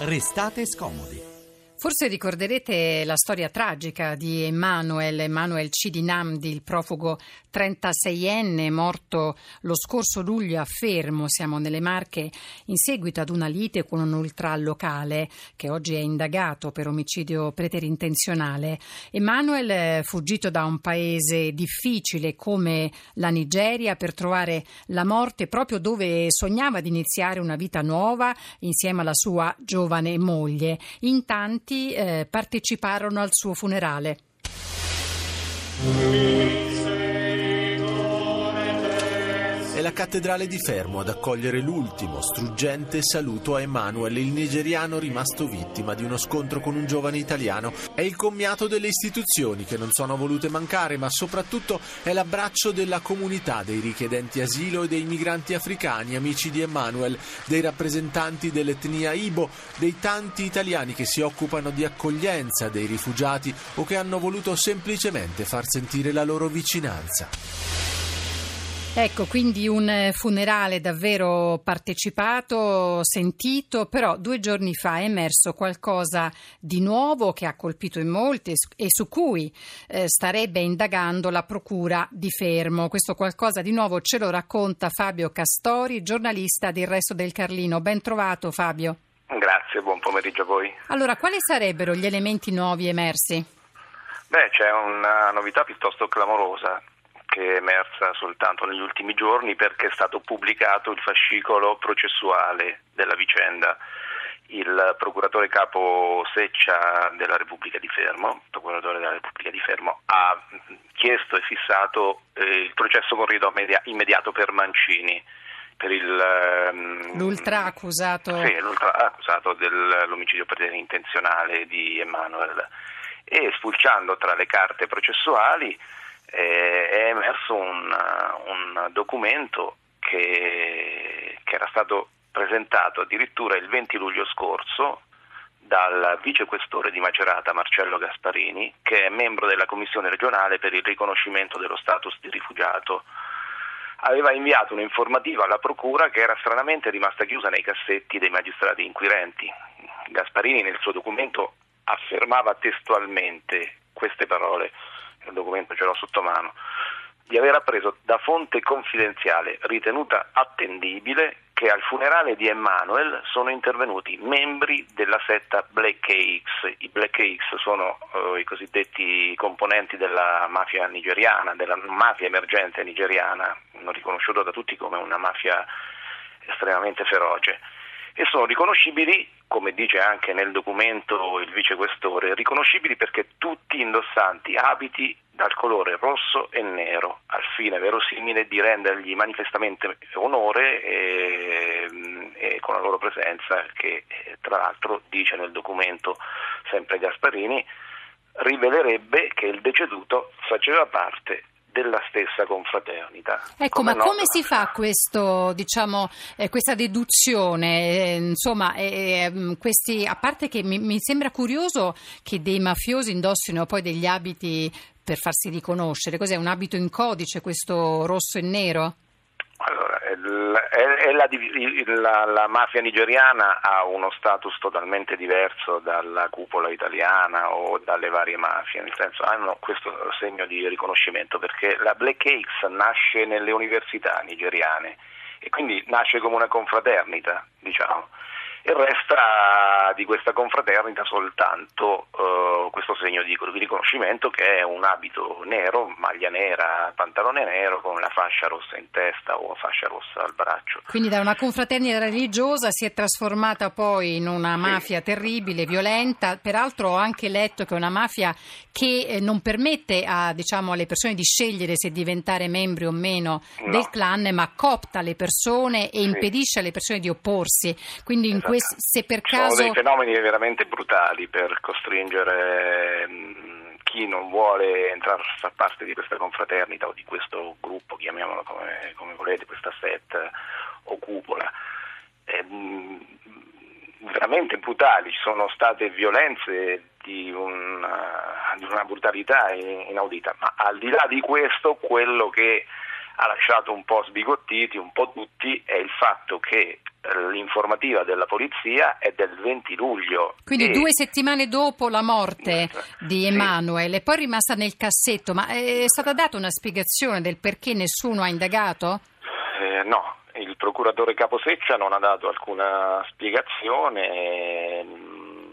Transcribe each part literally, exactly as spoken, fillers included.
Restate scomodi. Forse ricorderete la storia tragica di Emmanuel, Emmanuel Cidinamdi, il profugo trentaseienne morto lo scorso luglio a Fermo, siamo nelle Marche, in seguito ad una lite con un ultra locale che oggi è indagato per omicidio preterintenzionale. Emmanuel, fuggito da un paese difficile come la Nigeria per trovare la morte proprio dove sognava di iniziare una vita nuova insieme alla sua giovane moglie. In tanti Eh, parteciparono al suo funerale. È la cattedrale di Fermo ad accogliere l'ultimo struggente saluto a Emmanuel, il nigeriano rimasto vittima di uno scontro con un giovane italiano. È il commiato delle istituzioni che non sono volute mancare, ma soprattutto è l'abbraccio della comunità dei richiedenti asilo e dei migranti africani, amici di Emmanuel, dei rappresentanti dell'etnia Ibo, dei tanti italiani che si occupano di accoglienza dei rifugiati o che hanno voluto semplicemente far sentire la loro vicinanza. Ecco, quindi un funerale davvero partecipato, sentito, però due giorni fa è emerso qualcosa di nuovo che ha colpito in molti e su cui eh, starebbe indagando la Procura di Fermo. Questo qualcosa di nuovo ce lo racconta Fabio Castori, giornalista del Resto del Carlino. Ben trovato, Fabio. Grazie, buon pomeriggio a voi. Allora, quali sarebbero gli elementi nuovi emersi? Beh, c'è una novità piuttosto clamorosa che è emersa soltanto negli ultimi giorni perché è stato pubblicato il fascicolo processuale della vicenda. Il procuratore capo Seccia della Repubblica di Fermo, procuratore della Repubblica di Fermo, ha chiesto e fissato eh, il processo con rito immediato per Mancini, per il um, l'ultra accusato sì, l'ultra accusato dell'omicidio preterintenzionale di Emmanuel. E spulciando tra le carte processuali è emerso un, un documento che, che era stato presentato addirittura il venti luglio scorso dal vicequestore di Macerata Marcello Gasparini, che è membro della commissione regionale per il riconoscimento dello status di rifugiato. Aveva inviato un'informativa alla procura che era stranamente rimasta chiusa nei cassetti dei magistrati inquirenti. Gasparini nel suo documento affermava testualmente queste parole: il documento ce l'ho sotto mano, di aver appreso da fonte confidenziale ritenuta attendibile che al funerale di Emmanuel sono intervenuti membri della setta Black X. I Black X sono eh, i cosiddetti componenti della mafia nigeriana, della mafia emergente nigeriana, riconosciuta da tutti come una mafia estremamente feroce. E sono riconoscibili, come dice anche nel documento il vicequestore, riconoscibili perché tutti indossanti abiti dal colore rosso e nero, al fine verosimile di rendergli manifestamente onore e, e con la loro presenza, che tra l'altro dice nel documento sempre Gasparini, rivelerebbe che il deceduto faceva parte della stessa confraternita. Ecco, come ma noto, come si fa questo, diciamo, eh, questa deduzione? Eh, insomma, eh, questi, a parte che mi, mi sembra curioso che dei mafiosi indossino poi degli abiti per farsi riconoscere. Cos'è, un abito in codice, questo rosso e nero? Allora, è, è la, la, la mafia nigeriana ha uno status totalmente diverso dalla cupola italiana o dalle varie mafie, nel senso hanno questo segno di riconoscimento perché la Black X nasce nelle università nigeriane e quindi nasce come una confraternita, diciamo, e resta di questa confraternita soltanto uh, questo segno di riconoscimento che è un abito nero, maglia nera, pantalone nero con la fascia rossa in testa o fascia rossa al braccio. Quindi da una confraternita religiosa si è trasformata poi in una mafia sì. terribile, violenta. Peraltro ho anche letto che è una mafia che eh, non permette a, diciamo, alle persone di scegliere se diventare membri o meno no. del clan, ma coopta le persone e sì. impedisce alle persone di opporsi. Quindi in questo, se per caso sono dei fenomeni veramente brutali per costringere mh, chi non vuole entrare a far parte di questa confraternita o di questo gruppo, chiamiamolo come, come volete, questa setta o cupola. Eh, mh, veramente brutali, ci sono state violenze di una, di una brutalità inaudita, ma al di là di questo, quello che ha lasciato un po' sbigottiti, un po' tutti, è il fatto che l'informativa della polizia è del venti luglio. Quindi e... due settimane dopo la morte di Emanuele, sì. Poi è rimasta nel cassetto, ma è stata data una spiegazione del perché nessuno ha indagato? Eh, no, il procuratore capo Seccia non ha dato alcuna spiegazione.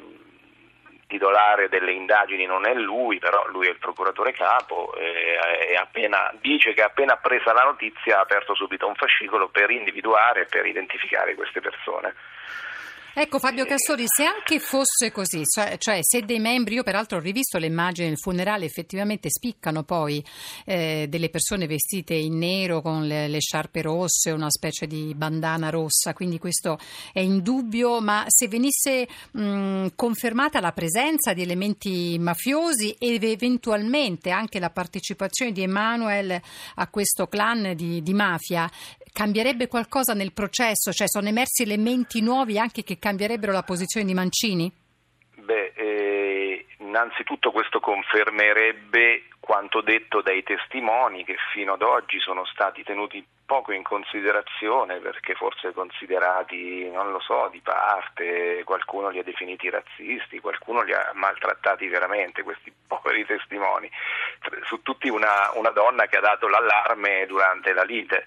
Titolare delle indagini non è lui, però lui è il procuratore capo e, e appena dice che appena presa la notizia ha aperto subito un fascicolo per individuare e per identificare queste persone. Ecco Fabio Castori, se anche fosse così, cioè, cioè se dei membri, io peraltro ho rivisto le immagini del funerale, effettivamente spiccano poi eh, delle persone vestite in nero con le, le sciarpe rosse, una specie di bandana rossa, quindi questo è indubbio, ma se venisse mh, confermata la presenza di elementi mafiosi ed eventualmente anche la partecipazione di Emanuele a questo clan di, di mafia, cambierebbe qualcosa nel processo? Cioè sono emersi elementi nuovi anche che cambierebbero la posizione di Mancini? Beh, eh, innanzitutto questo confermerebbe quanto detto dai testimoni che fino ad oggi sono stati tenuti poco in considerazione perché forse considerati, non lo so, di parte, qualcuno li ha definiti razzisti, qualcuno li ha maltrattati veramente, questi poveri testimoni, su tutti una, una donna che ha dato l'allarme durante la lite.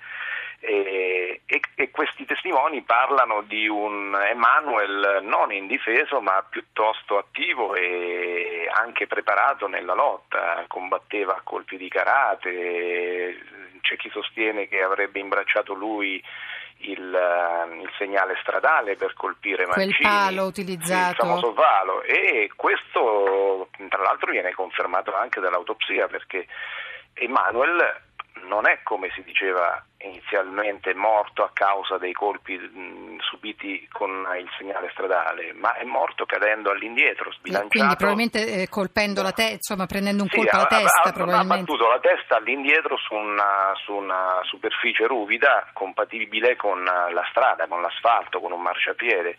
E, e, e questi testimoni parlano di un Emanuele non indifeso ma piuttosto attivo e anche preparato nella lotta, combatteva a colpi di karate, c'è chi sostiene che avrebbe imbracciato lui il, il segnale stradale per colpire Mancini, quel palo utilizzato, il famoso palo, e questo tra l'altro viene confermato anche dall'autopsia perché Emanuele non è, come si diceva inizialmente, morto a causa dei colpi mh, subiti con il segnale stradale, ma è morto cadendo all'indietro, sbilanciato. Quindi probabilmente eh, colpendo la testa, insomma prendendo un sì, colpo alla testa, ha, probabilmente. Ha battuto la testa all'indietro su una, su una superficie ruvida compatibile con la strada, con l'asfalto, con un marciapiede.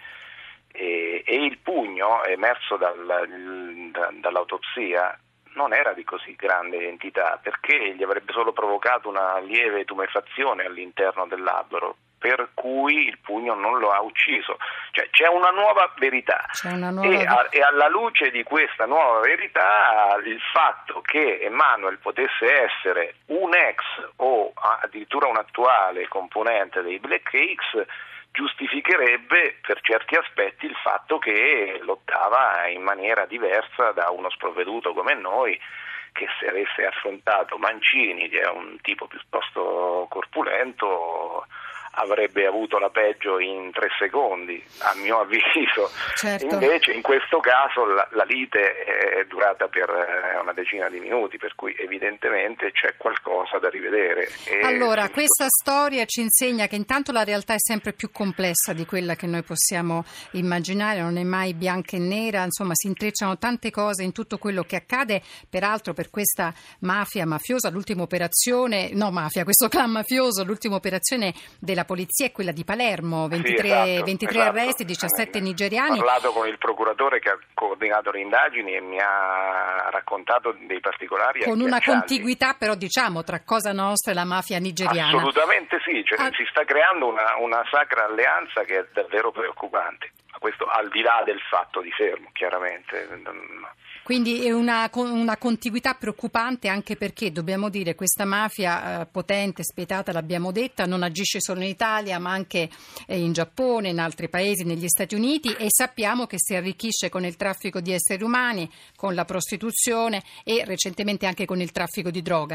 E, e il pugno emerso dal, da, dall'autopsia non era di così grande entità perché gli avrebbe solo provocato una lieve tumefazione all'interno del labbro, per cui il pugno non lo ha ucciso. Cioè c'è una nuova verità c'è una nuova... E, a, e alla luce di questa nuova verità il fatto che Emanuele potesse essere un ex o addirittura un attuale componente dei Black X giustificherebbe per certi aspetti il fatto che lottava in maniera diversa da uno sprovveduto come noi, che se avesse affrontato Mancini, che è un tipo piuttosto corpulento, avrebbe avuto la peggio in tre secondi, a mio avviso. Certo. Invece in questo caso la, la lite è durata per una decina di minuti, per cui evidentemente c'è qualcosa da rivedere. E allora, questa storia ci insegna che intanto la realtà è sempre più complessa di quella che noi possiamo immaginare, non è mai bianca e nera, insomma si intrecciano tante cose in tutto quello che accade. Peraltro per questa mafia mafiosa, l'ultima operazione, no mafia, questo clan mafioso, l'ultima operazione della polizia è quella di Palermo, ventitré, sì, esatto, ventitré esatto. arresti, diciassette nigeriani. Ho parlato con il procuratore che ha coordinato le indagini e mi ha raccontato dei particolari con una agghiaccianti. Contiguità però diciamo tra Cosa Nostra e la mafia nigeriana. Assolutamente sì, cioè, ah. si sta creando una, una sacra alleanza che è davvero preoccupante. Questo al di là del fatto di Fermo, chiaramente. Quindi è una, una contiguità preoccupante anche perché, dobbiamo dire, questa mafia eh, potente, spietata, l'abbiamo detta, non agisce solo in Italia ma anche eh, in Giappone, in altri paesi, negli Stati Uniti, e sappiamo che si arricchisce con il traffico di esseri umani, con la prostituzione e recentemente anche con il traffico di droga.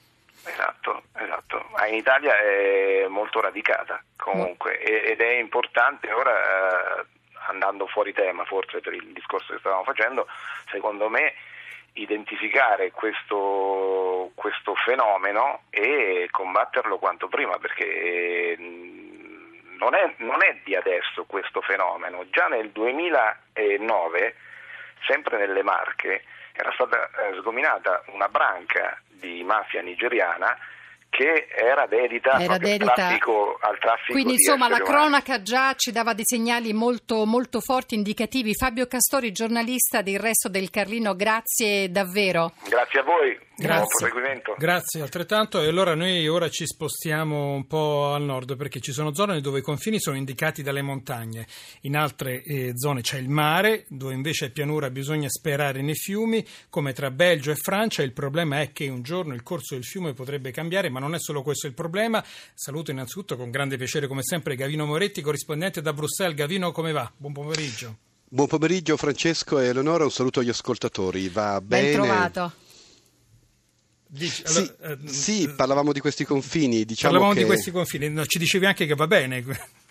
Esatto, esatto. Ma in Italia è molto radicata comunque mm. ed è importante ora... Eh, andando fuori tema forse per il discorso che stavamo facendo, secondo me identificare questo, questo fenomeno e combatterlo quanto prima, perché non è, non è di adesso questo fenomeno. Già nel duemilanove, sempre nelle Marche, era stata sgominata una branca di mafia nigeriana che era dedita, era dedita... Al, traffico, al traffico. Quindi insomma la umani. cronaca già ci dava dei segnali molto, molto forti, indicativi. Fabio Castori, giornalista del Resto del Carlino, grazie davvero. Grazie a voi. Grazie. Buon proseguimento. Grazie altrettanto. E allora noi ora ci spostiamo un po' al nord, perché ci sono zone dove i confini sono indicati dalle montagne, in altre eh, zone c'è il mare, dove invece è pianura bisogna sperare nei fiumi, come tra Belgio e Francia. Il problema è che un giorno il corso del fiume potrebbe cambiare, ma non è solo questo il problema. Saluto innanzitutto con grande piacere come sempre Gavino Moretti, corrispondente da Bruxelles. Gavino, come va? Buon pomeriggio. Buon pomeriggio Francesco e Eleonora, un saluto agli ascoltatori. Va bene? Ben trovato. Dici, sì, allora, eh, sì, parlavamo di questi confini. Diciamo parlavamo che... di questi confini, no, ci dicevi anche che va bene.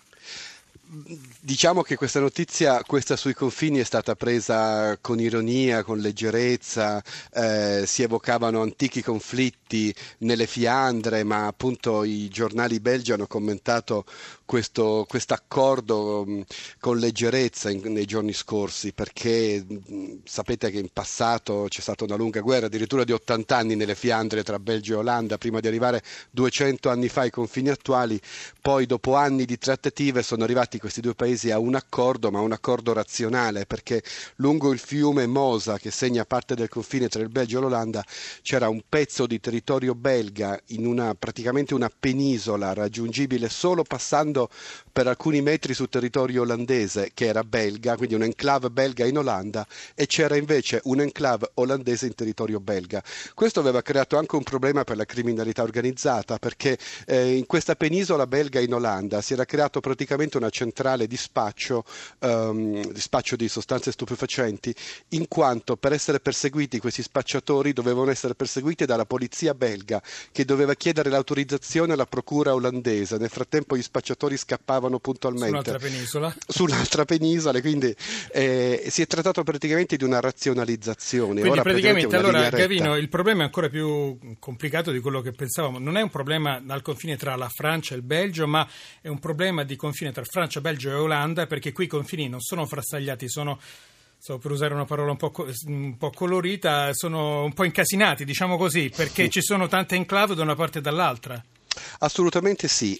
Diciamo che questa notizia, questa sui confini, è stata presa con ironia, con leggerezza, eh, si evocavano antichi conflitti nelle Fiandre, ma appunto i giornali belgi hanno commentato questo accordo con leggerezza in, nei giorni scorsi, perché mh, sapete che in passato c'è stata una lunga guerra, addirittura di ottanta anni nelle Fiandre tra Belgio e Olanda, prima di arrivare duecento anni fa ai confini attuali. Poi dopo anni di trattative sono arrivati questi due paesi a un accordo, ma un accordo razionale, perché lungo il fiume Mosa, che segna parte del confine tra il Belgio e l'Olanda, c'era un pezzo di territorio belga in una praticamente una penisola raggiungibile solo passando per alcuni metri sul territorio olandese, che era belga, quindi un enclave belga in Olanda, e c'era invece un enclave olandese in territorio belga. Questo aveva creato anche un problema per la criminalità organizzata, perché eh, in questa penisola belga in Olanda si era creato praticamente una centrale di spaccio, um, di spaccio di sostanze stupefacenti, in quanto per essere perseguiti questi spacciatori dovevano essere perseguiti dalla polizia belga, che doveva chiedere l'autorizzazione alla procura olandese. Nel frattempo gli spacciatori scappavano puntualmente su un'altra penisola, sull'altra penisola, quindi eh, si è trattato praticamente di una razionalizzazione. Quindi Ora praticamente, praticamente allora Gavino, il problema è ancora più complicato di quello che pensavamo. Non è un problema dal confine tra la Francia e il Belgio, ma è un problema di confine tra Francia, Belgio e Olanda, perché qui i confini non sono frastagliati, sono, so, per usare una parola un po', un po' colorita, sono un po' incasinati, diciamo così, perché ci sono tante enclave da una parte e dall'altra. Assolutamente sì,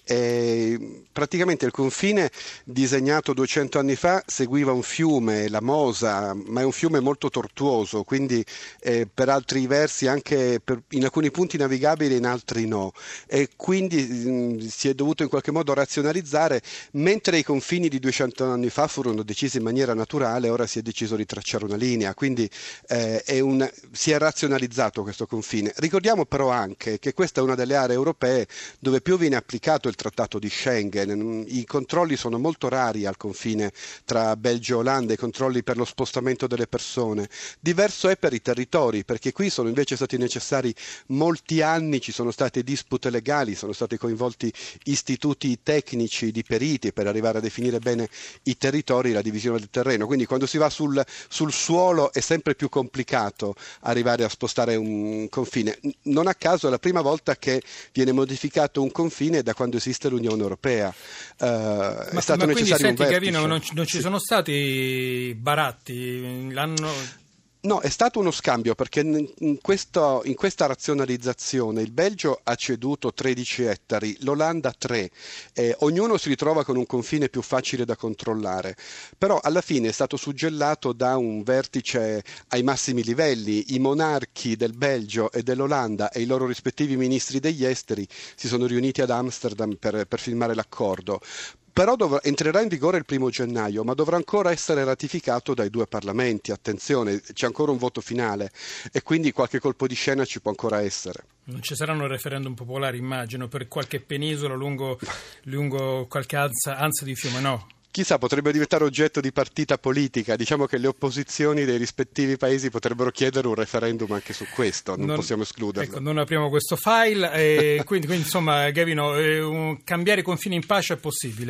eh, praticamente il confine disegnato duecento anni fa seguiva un fiume, la Mosa, ma è un fiume molto tortuoso, quindi eh, per altri versi anche per, in alcuni punti navigabile, in altri no, e quindi mh, si è dovuto in qualche modo razionalizzare. Mentre i confini di duecento anni fa furono decisi in maniera naturale, ora si è deciso di tracciare una linea, quindi eh, è un, si è razionalizzato questo confine. Ricordiamo però anche che questa è una delle aree europee dove più viene applicato il trattato di Schengen. I controlli sono molto rari al confine tra Belgio e Olanda, i controlli per lo spostamento delle persone. Diverso è per i territori, perché qui sono invece stati necessari molti anni, ci sono state dispute legali, sono stati coinvolti istituti tecnici di periti per arrivare a definire bene i territori, la divisione del terreno. Quindi quando si va sul, sul suolo è sempre più complicato arrivare a spostare un confine. Non a caso è la prima volta che viene modificato un confine da quando esiste l'Unione Europea. Uh, ma, è stato ma necessario quindi, un senti, vertice. Gavino, non, non ci sì. sono stati baratti? L'hanno... No, è stato uno scambio, perché in, questo, in questa razionalizzazione il Belgio ha ceduto tredici ettari, l'Olanda tre, eh, ognuno si ritrova con un confine più facile da controllare, però alla fine è stato suggellato da un vertice ai massimi livelli. I monarchi del Belgio e dell'Olanda e i loro rispettivi ministri degli esteri si sono riuniti ad Amsterdam per, per firmare l'accordo. Però dovrà, entrerà in vigore il primo gennaio, ma dovrà ancora essere ratificato dai due parlamenti. Attenzione, c'è ancora un voto finale e quindi qualche colpo di scena ci può ancora essere. Non ci saranno referendum popolari, immagino, per qualche penisola lungo, lungo qualche ansa, ansa di fiume, no? Chissà, potrebbe diventare oggetto di partita politica. Diciamo che le opposizioni dei rispettivi paesi potrebbero chiedere un referendum anche su questo, non, non possiamo escluderlo. Ecco, non apriamo questo file, e quindi, quindi insomma, Gavino, eh, un, cambiare i confini in pace è possibile?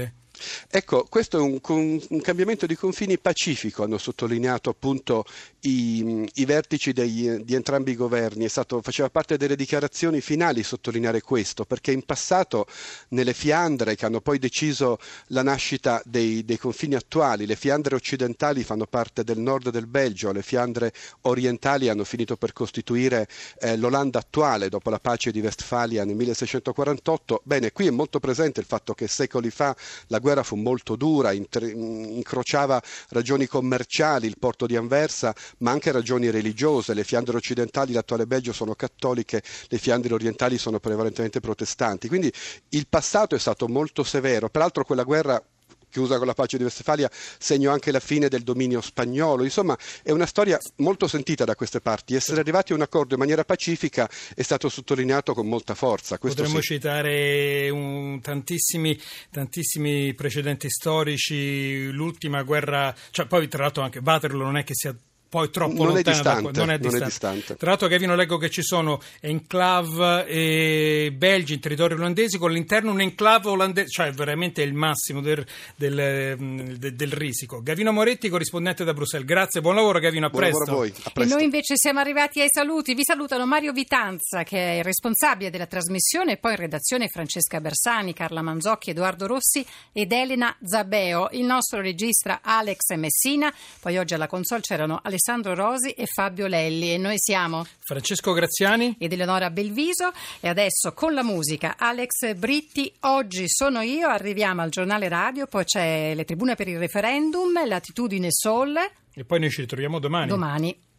Ecco, questo è un, un cambiamento di confini pacifico, hanno sottolineato appunto i, i vertici dei, di entrambi i governi. È stato, faceva parte delle dichiarazioni finali sottolineare questo, perché in passato nelle Fiandre, che hanno poi deciso la nascita dei, dei confini attuali, le Fiandre occidentali fanno parte del nord del Belgio, le Fiandre orientali hanno finito per costituire eh, l'Olanda attuale dopo la pace di Westfalia nel milleseicentoquarantotto. Bene, qui è molto presente il fatto che secoli fa la guerra fu molto dura, incrociava ragioni commerciali, il porto di Anversa, ma anche ragioni religiose. Le Fiandre occidentali, l'attuale Belgio, sono cattoliche, le Fiandre orientali sono prevalentemente protestanti. Quindi il passato è stato molto severo. Peraltro quella guerra, chiusa con la pace di Westfalia, segnò anche la fine del dominio spagnolo. Insomma, è una storia molto sentita da queste parti. Essere arrivati a un accordo in maniera pacifica è stato sottolineato con molta forza. Questo Potremmo sì. citare un, tantissimi, tantissimi precedenti storici, l'ultima guerra, cioè poi tra l'altro anche Waterloo non è che sia poi troppo non lontana è distante, da, non, è distante. non è distante. Tra l'altro, Gavino, leggo che ci sono enclave e belgi in territori olandesi, con all'interno un enclave olandese, cioè veramente il massimo del, del, del, del risico. Gavino Moretti, corrispondente da Bruxelles. Grazie, buon lavoro Gavino, a buon presto. Lavoro a voi, a presto. E noi invece siamo arrivati ai saluti. Vi salutano Mario Vitanza, che è il responsabile della trasmissione, e poi in redazione Francesca Bersani, Carla Manzocchi, Edoardo Rossi ed Elena Zabeo. Il nostro regista Alex Messina. Poi oggi alla console c'erano Alessandro Rosi e Fabio Lelli, e noi siamo Francesco Graziani ed Eleonora Belviso. E adesso con la musica Alex Britti, Oggi sono io. Arriviamo al giornale radio, poi c'è le tribune per il referendum, Latitudine Sol, e poi noi ci ritroviamo domani. domani.